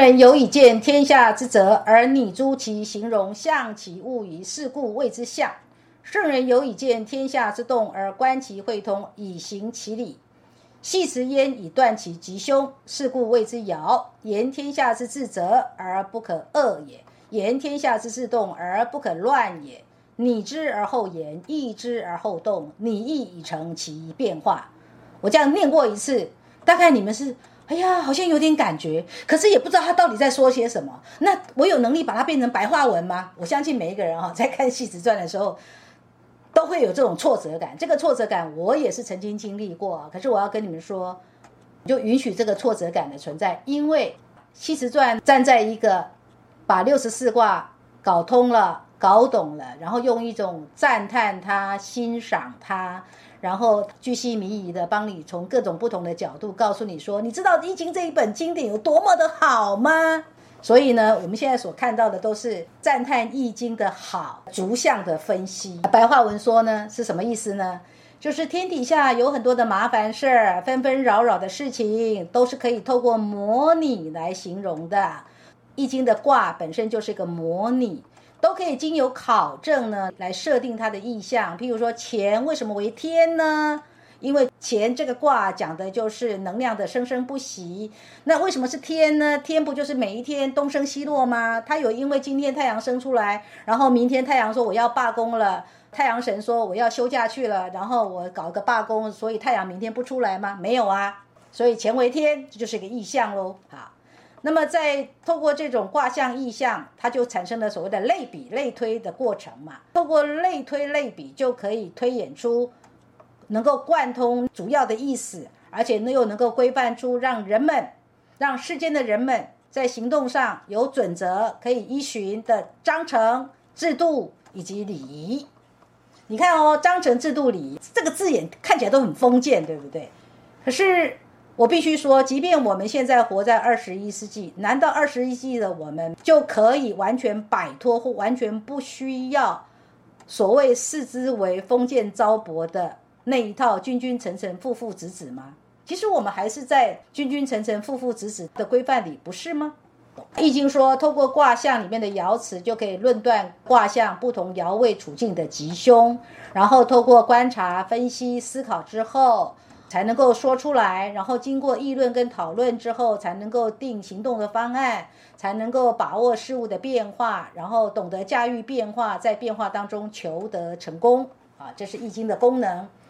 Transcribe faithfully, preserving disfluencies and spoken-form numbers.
人有以见天下之则，而拟诸其形容，象其物矣，是故谓之象。圣人有以见天下之动，而观其会通，以行其理。细持焉以断其吉凶，是故谓之爻。言天下之至则，而不可恶也；言天下之至动，而不可乱也。拟之而后言，议之而后动，拟议以成其变化。我这样念过一次，大概你们是哎呀，好像有点感觉，可是也不知道他到底在说些什么。那我有能力把它变成白话文吗？我相信每一个人、哦、在看《系辞传》的时候都会有这种挫折感，这个挫折感我也是曾经经历过。可是我要跟你们说，就允许这个挫折感的存在，因为《系辞传》站在一个把六十四卦搞通了、搞懂了，然后用一种赞叹它、欣赏它，然后巨细靡遗的帮你从各种不同的角度告诉你说，你知道《易经》这一本经典有多么的好吗？所以呢，我们现在所看到的都是赞叹《易经》的好，逐项的分析。白话文说呢，是什么意思呢？就是天底下有很多的麻烦事儿，纷纷扰扰的事情，都是可以透过模拟来形容的。《易经》的卦本身就是一个模拟，都可以经由考证呢来设定它的意象。譬如说乾为什么为天呢？因为乾这个卦讲的就是能量的生生不息。那为什么是天呢？天不就是每一天东升西落吗？它有因为今天太阳生出来，然后明天太阳说我要罢工了，太阳神说我要休假去了，然后我搞个罢工，所以太阳明天不出来吗？没有啊。所以乾为天，这就是一个意象咯。好，那么在透过这种卦象意象，它就产生了所谓的类比类推的过程嘛。透过类推类比，就可以推演出能够贯通主要的意思，而且又能够规范出让人们让世间的人们在行动上有准则可以依循的章程、制度以及礼仪。你看哦，章程、制度、礼仪这个字眼看起来都很封建，对不对？可是我必须说，即便我们现在活在二十一世纪，难道二十一世纪的我们就可以完全摆脱或完全不需要所谓视之为封建糟粕的那一套君君臣臣父父子子吗？其实我们还是在君君臣臣父父子子的规范里，不是吗？易经说透过卦象里面的爻辞就可以论断卦象不同爻位处境的吉凶，然后透过观察分析思考之后才能够说出来，然后经过议论跟讨论之后才能够定行动的方案，才能够把握事物的变化，然后懂得驾驭变化，在变化当中求得成功啊，这是易经的功能。